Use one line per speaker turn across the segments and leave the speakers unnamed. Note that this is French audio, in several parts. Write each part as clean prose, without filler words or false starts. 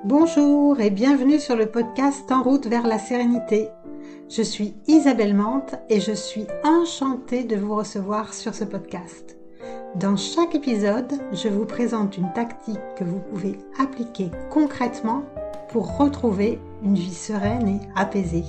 Bonjour et bienvenue sur le podcast En route vers la sérénité. Je suis Isabelle Mante et je suis enchantée de vous recevoir sur ce podcast. Dans chaque épisode, je vous présente une tactique que vous pouvez appliquer concrètement pour retrouver une vie sereine et apaisée.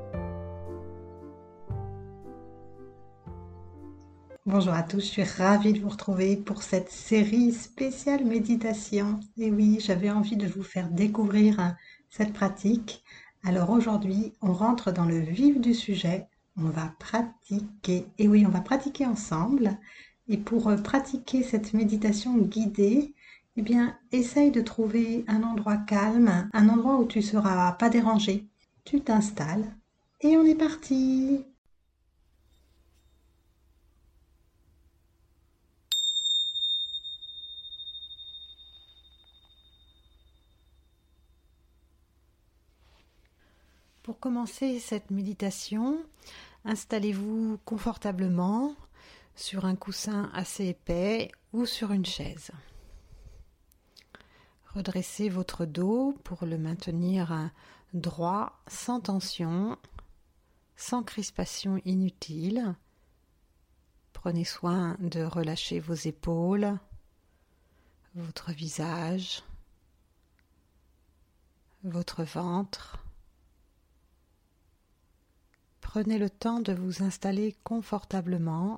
Bonjour à tous, je suis ravie de vous retrouver pour cette série spéciale méditation. Et oui, j'avais envie de vous faire découvrir cette pratique. Alors aujourd'hui, on rentre dans le vif du sujet. On va pratiquer. Et oui, on va pratiquer ensemble. Et pour pratiquer cette méditation guidée, eh bien, essaye de trouver un endroit calme, un endroit où tu ne seras pas dérangé. Tu t'installes et on est parti. Pour commencer cette méditation, installez-vous confortablement sur un coussin assez épais ou sur une chaise. Redressez votre dos pour le maintenir droit, sans tension, sans crispation inutile. Prenez soin de relâcher vos épaules, votre visage, votre ventre. Prenez le temps de vous installer confortablement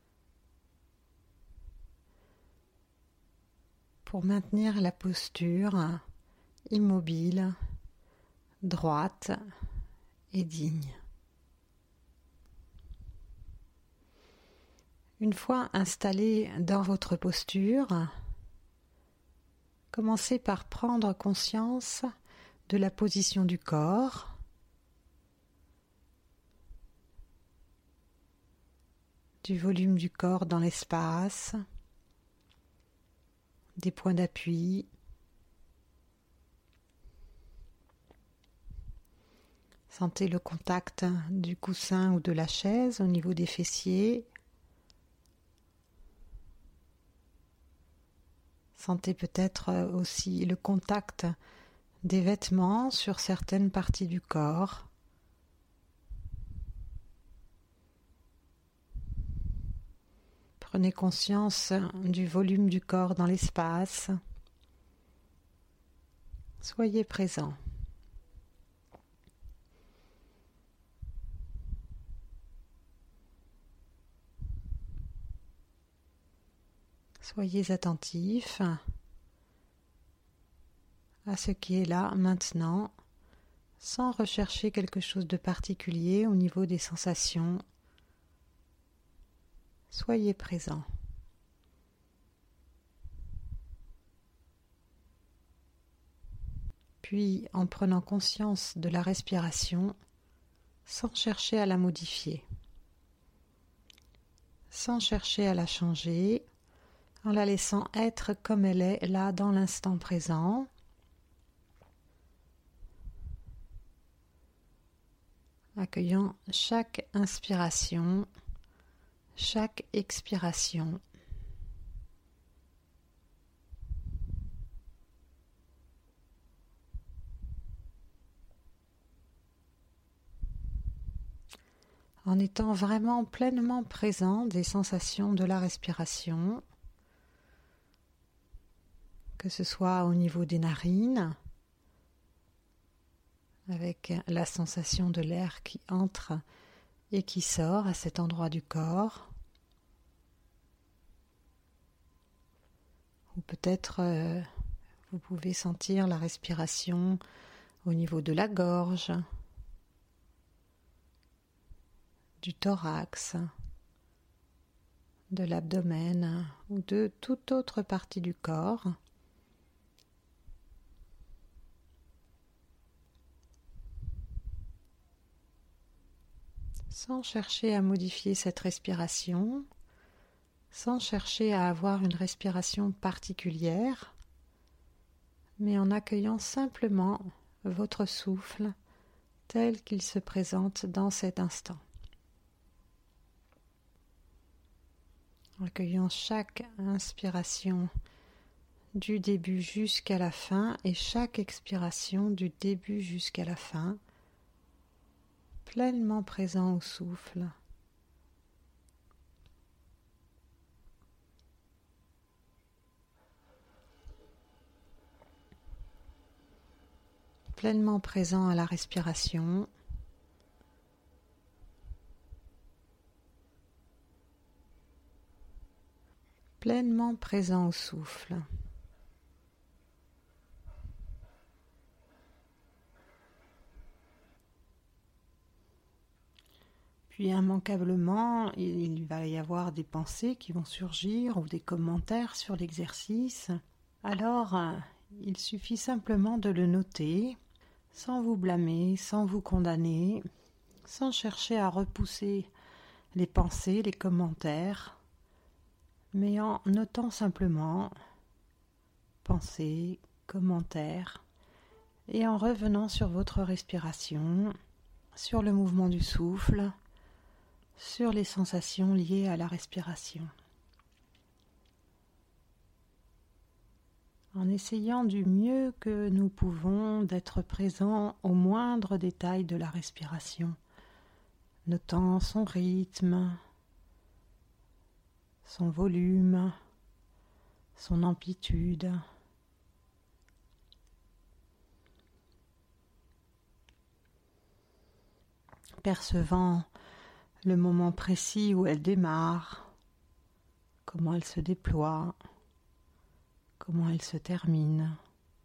pour maintenir la posture immobile, droite et digne. Une fois installé dans votre posture, commencez par prendre conscience de la position du corps, du volume du corps dans l'espace, des points d'appui. Sentez le contact du coussin ou de la chaise au niveau des fessiers. Sentez peut-être aussi le contact des vêtements sur certaines parties du corps. Prenez conscience du volume du corps dans l'espace. Soyez présent. Soyez attentif à ce qui est là maintenant, sans rechercher quelque chose de particulier au niveau des sensations. Soyez présent. Puis, en prenant conscience de la respiration, sans chercher à la modifier, sans chercher à la changer, en la laissant être comme elle est là dans l'instant présent, accueillant chaque inspiration, chaque expiration. En étant vraiment pleinement présent des sensations de la respiration, que ce soit au niveau des narines, avec la sensation de l'air qui entre et qui sort à cet endroit du corps, ou peut-être vous pouvez sentir la respiration au niveau de la gorge, du thorax, de l'abdomen ou de toute autre partie du corps. Sans chercher à modifier cette respiration, sans chercher à avoir une respiration particulière, mais en accueillant simplement votre souffle tel qu'il se présente dans cet instant. En accueillant chaque inspiration du début jusqu'à la fin et chaque expiration du début jusqu'à la fin, pleinement présent au souffle. Pleinement présent à la respiration. Pleinement présent au souffle. Puis immanquablement, il va y avoir des pensées qui vont surgir ou des commentaires sur l'exercice. Alors, il suffit simplement de le noter, sans vous blâmer, sans vous condamner, sans chercher à repousser les pensées, les commentaires, mais en notant simplement pensées, commentaires, et en revenant sur votre respiration, sur le mouvement du souffle, sur les sensations liées à la respiration. En essayant du mieux que nous pouvons d'être présents au moindre détail de la respiration, notant son rythme, son volume, son amplitude. Percevant le moment précis où elle démarre, comment elle se déploie, comment elle se termine.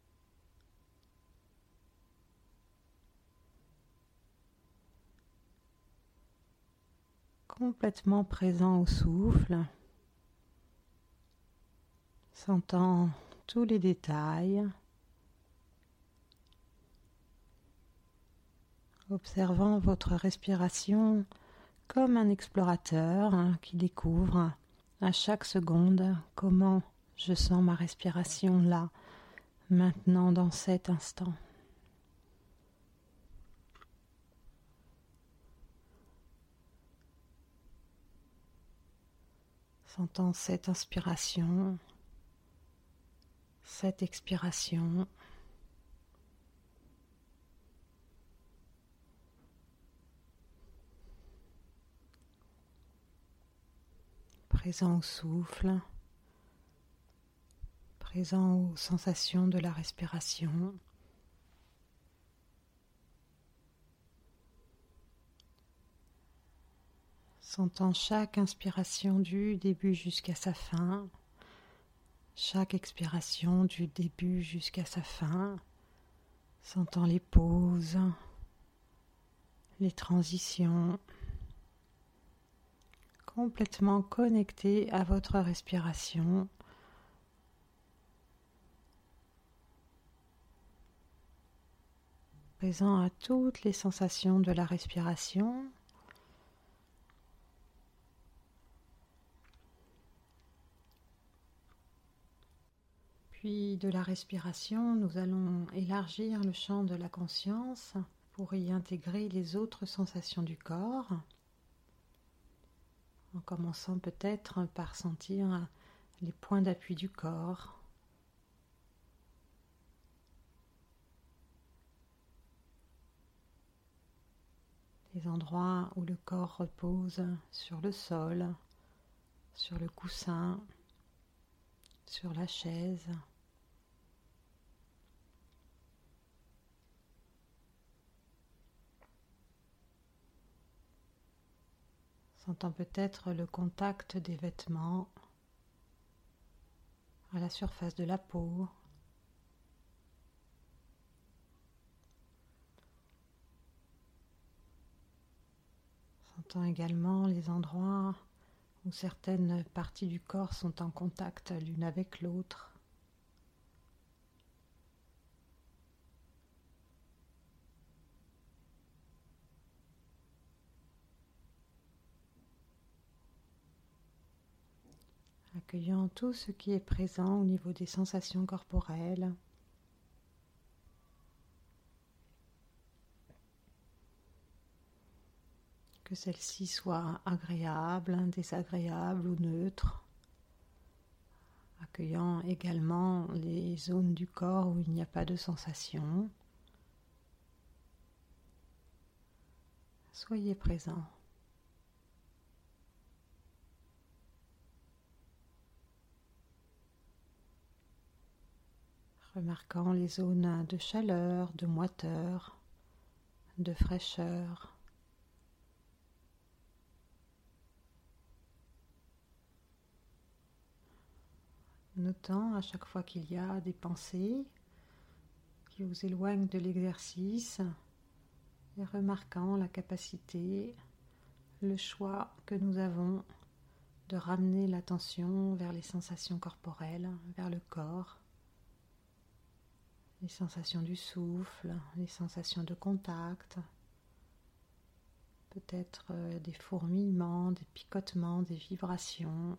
Complètement présent au souffle, sentant tous les détails, observant votre respiration comme un explorateur qui découvre à chaque seconde comment je sens ma respiration là, maintenant, dans cet instant. Sentant cette inspiration, cette expiration. Présent au souffle, présent aux sensations de la respiration. Sentant chaque inspiration du début jusqu'à sa fin, chaque expiration du début jusqu'à sa fin, sentant les pauses, les transitions, complètement connecté à votre respiration. Présent à toutes les sensations de la respiration. Puis de la respiration, nous allons élargir le champ de la conscience pour y intégrer les autres sensations du corps, en commençant peut-être par sentir les points d'appui du corps, les endroits où le corps repose sur le sol, sur le coussin, sur la chaise. Sentant peut-être le contact des vêtements à la surface de la peau. Sentant également les endroits où certaines parties du corps sont en contact l'une avec l'autre. Accueillant tout ce qui est présent au niveau des sensations corporelles. Que celles-ci soient agréables, désagréables ou neutres. accueillant également les zones du corps où il n'y a pas de sensation. Soyez présent. Remarquant les zones de chaleur, de moiteur, de fraîcheur. Notant à chaque fois qu'il y a des pensées qui vous éloignent de l'exercice et remarquant la capacité, le choix que nous avons de ramener l'attention vers les sensations corporelles, vers le corps, les sensations du souffle, les sensations de contact, peut-être des fourmillements, des picotements, des vibrations.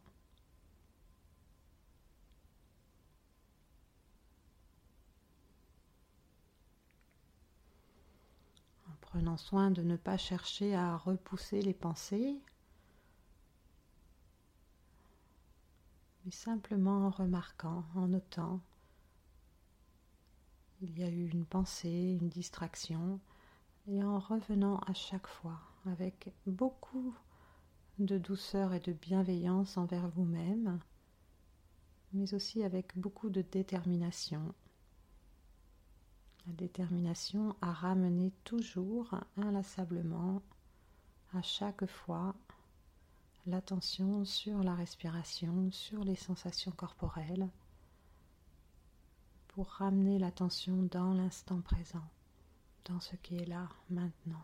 En prenant soin de ne pas chercher à repousser les pensées, mais simplement en remarquant, en notant, il y a eu une pensée, une distraction, et en revenant à chaque fois avec beaucoup de douceur et de bienveillance envers vous-même, mais aussi avec beaucoup de détermination. La détermination à ramener toujours inlassablement, à chaque fois, l'attention sur la respiration, sur les sensations corporelles, pour ramener l'attention dans l'instant présent, dans ce qui est là, maintenant.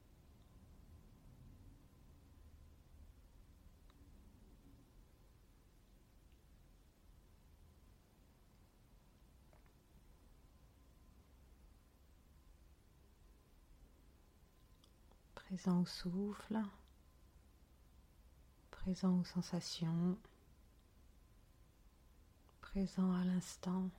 Présent au souffle, présent aux sensations, présent à l'instant.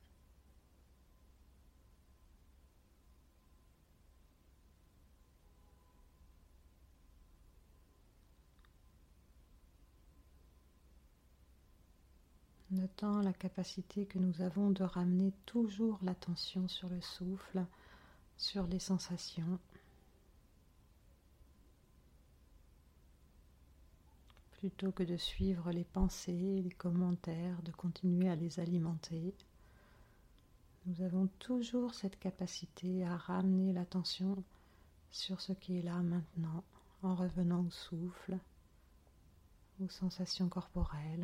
Notant la capacité que nous avons de ramener toujours l'attention sur le souffle, sur les sensations, plutôt que de suivre les pensées, les commentaires, de continuer à les alimenter. Nous avons toujours cette capacité à ramener l'attention sur ce qui est là maintenant, en revenant au souffle, aux sensations corporelles.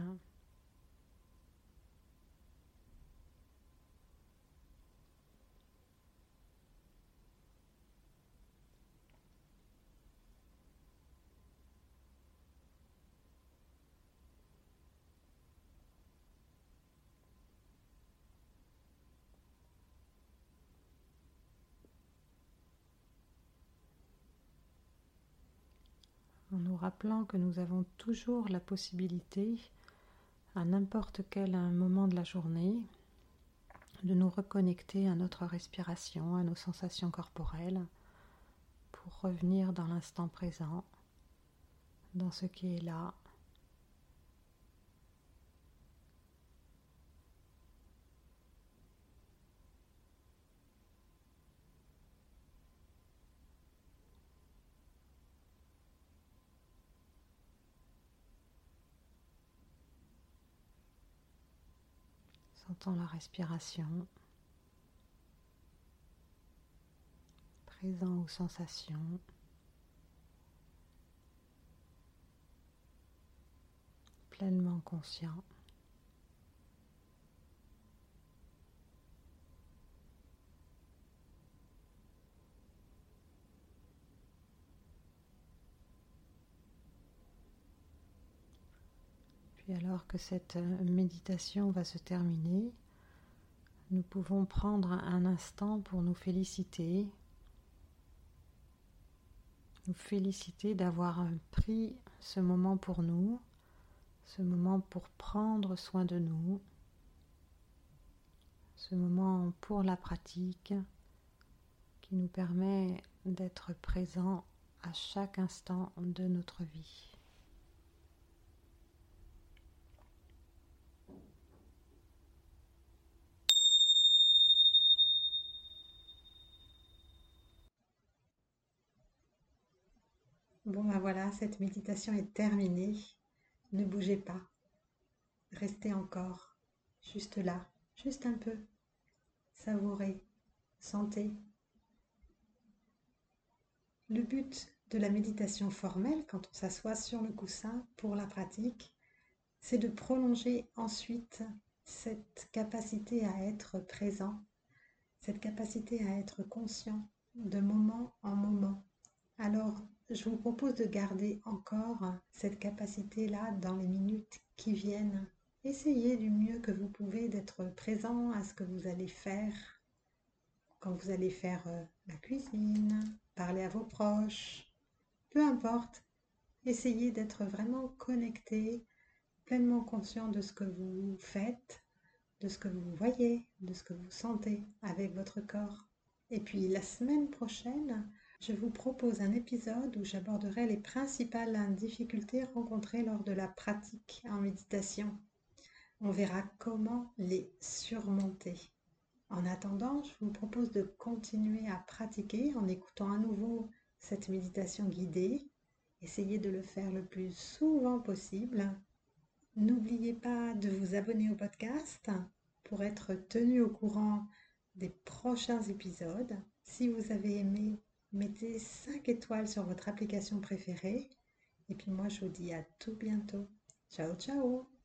En nous rappelant que nous avons toujours la possibilité, à n'importe quel moment de la journée, de nous reconnecter à notre respiration, à nos sensations corporelles, pour revenir dans l'instant présent, dans ce qui est là. Sentant la respiration, présent aux sensations, pleinement conscient. Puis alors que cette méditation va se terminer, nous pouvons prendre un instant pour nous féliciter d'avoir pris ce moment pour nous, ce moment pour prendre soin de nous, ce moment pour la pratique qui nous permet d'être présents à chaque instant de notre vie. Bon, ben voilà, cette méditation est terminée. Ne bougez pas. Restez encore. Juste là. Juste un peu. Savourez. Sentez. Le but de la méditation formelle, quand on s'assoit sur le coussin pour la pratique, c'est de prolonger ensuite cette capacité à être présent, cette capacité à être conscient de moment en moment. Alors, je vous propose de garder encore cette capacité-là dans les minutes qui viennent. Essayez du mieux que vous pouvez d'être présent à ce que vous allez faire quand vous allez faire la cuisine, parler à vos proches, peu importe. Essayez d'être vraiment connecté, pleinement conscient de ce que vous faites, de ce que vous voyez, de ce que vous sentez avec votre corps. Et puis la semaine prochaine, je vous propose un épisode où j'aborderai les principales difficultés rencontrées lors de la pratique en méditation. On verra comment les surmonter. En attendant, je vous propose de continuer à pratiquer en écoutant à nouveau cette méditation guidée. Essayez de le faire le plus souvent possible. N'oubliez pas de vous abonner au podcast pour être tenu au courant des prochains épisodes. Si vous avez aimé, mettez 5 étoiles sur votre application préférée. Et puis moi, je vous dis à tout bientôt. Ciao, ciao!